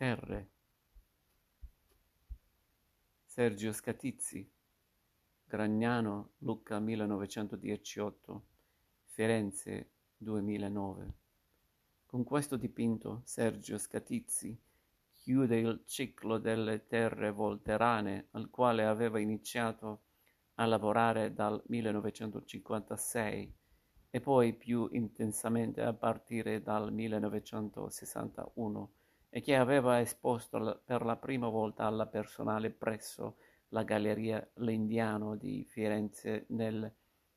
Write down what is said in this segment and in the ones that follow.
terre. Sergio Scatizzi, Gragnano, Lucca 1918, Firenze 2009. Con questo dipinto Sergio Scatizzi chiude il ciclo delle terre volterrane al quale aveva iniziato a lavorare dal 1956 e poi più intensamente a partire dal 1961 e che aveva esposto per la prima volta alla personale presso la Galleria Lendiano di Firenze nel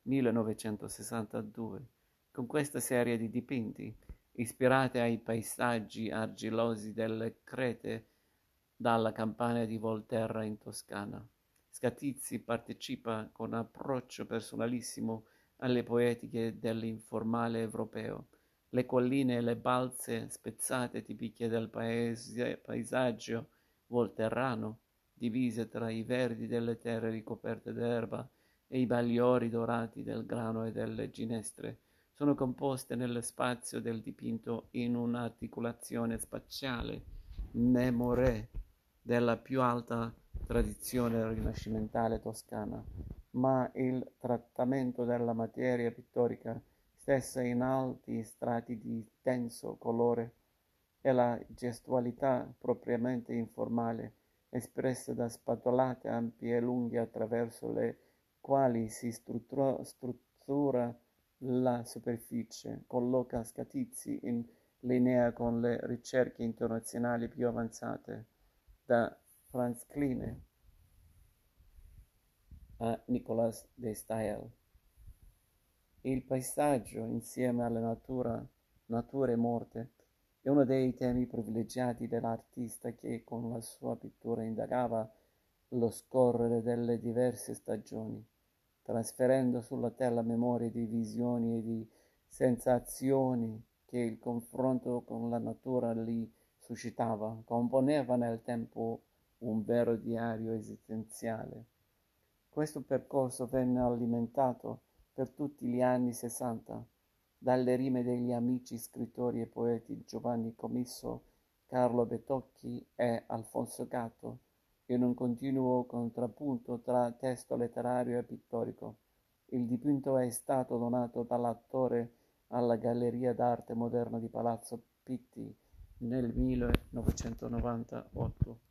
1962. Con questa serie di dipinti, ispirate ai paesaggi argilosi delle Crete dalla campagna di Volterra in Toscana, Scatizzi partecipa con approccio personalissimo alle poetiche dell'informale europeo. Le colline e le balze spezzate tipiche del paesaggio volterrano, divise tra i verdi delle terre ricoperte d'erba e i bagliori dorati del grano e delle ginestre, sono composte nello spazio del dipinto in un'articolazione spaziale, memore della più alta tradizione rinascimentale toscana, ma il trattamento della materia pittorica stessa in alti strati di denso colore e la gestualità propriamente informale, espressa da spatolate ampie e lunghe attraverso le quali si struttura la superficie, colloca Scatizzi in linea con le ricerche internazionali più avanzate, da Franz Kline a Nicolas de Staël. Il paesaggio, insieme alla natura e morte, è uno dei temi privilegiati dell'artista che con la sua pittura indagava lo scorrere delle diverse stagioni, trasferendo sulla tela memorie di visioni e di sensazioni che il confronto con la natura li suscitava, componeva nel tempo un vero diario esistenziale. Questo percorso venne alimentato per tutti gli anni '60 dalle rime degli amici scrittori e poeti Giovanni Comisso, Carlo Betocchi e Alfonso Gatto, in un continuo contrappunto tra testo letterario e pittorico. Il dipinto è stato donato dall'attore alla Galleria d'Arte Moderna di Palazzo Pitti nel 1998.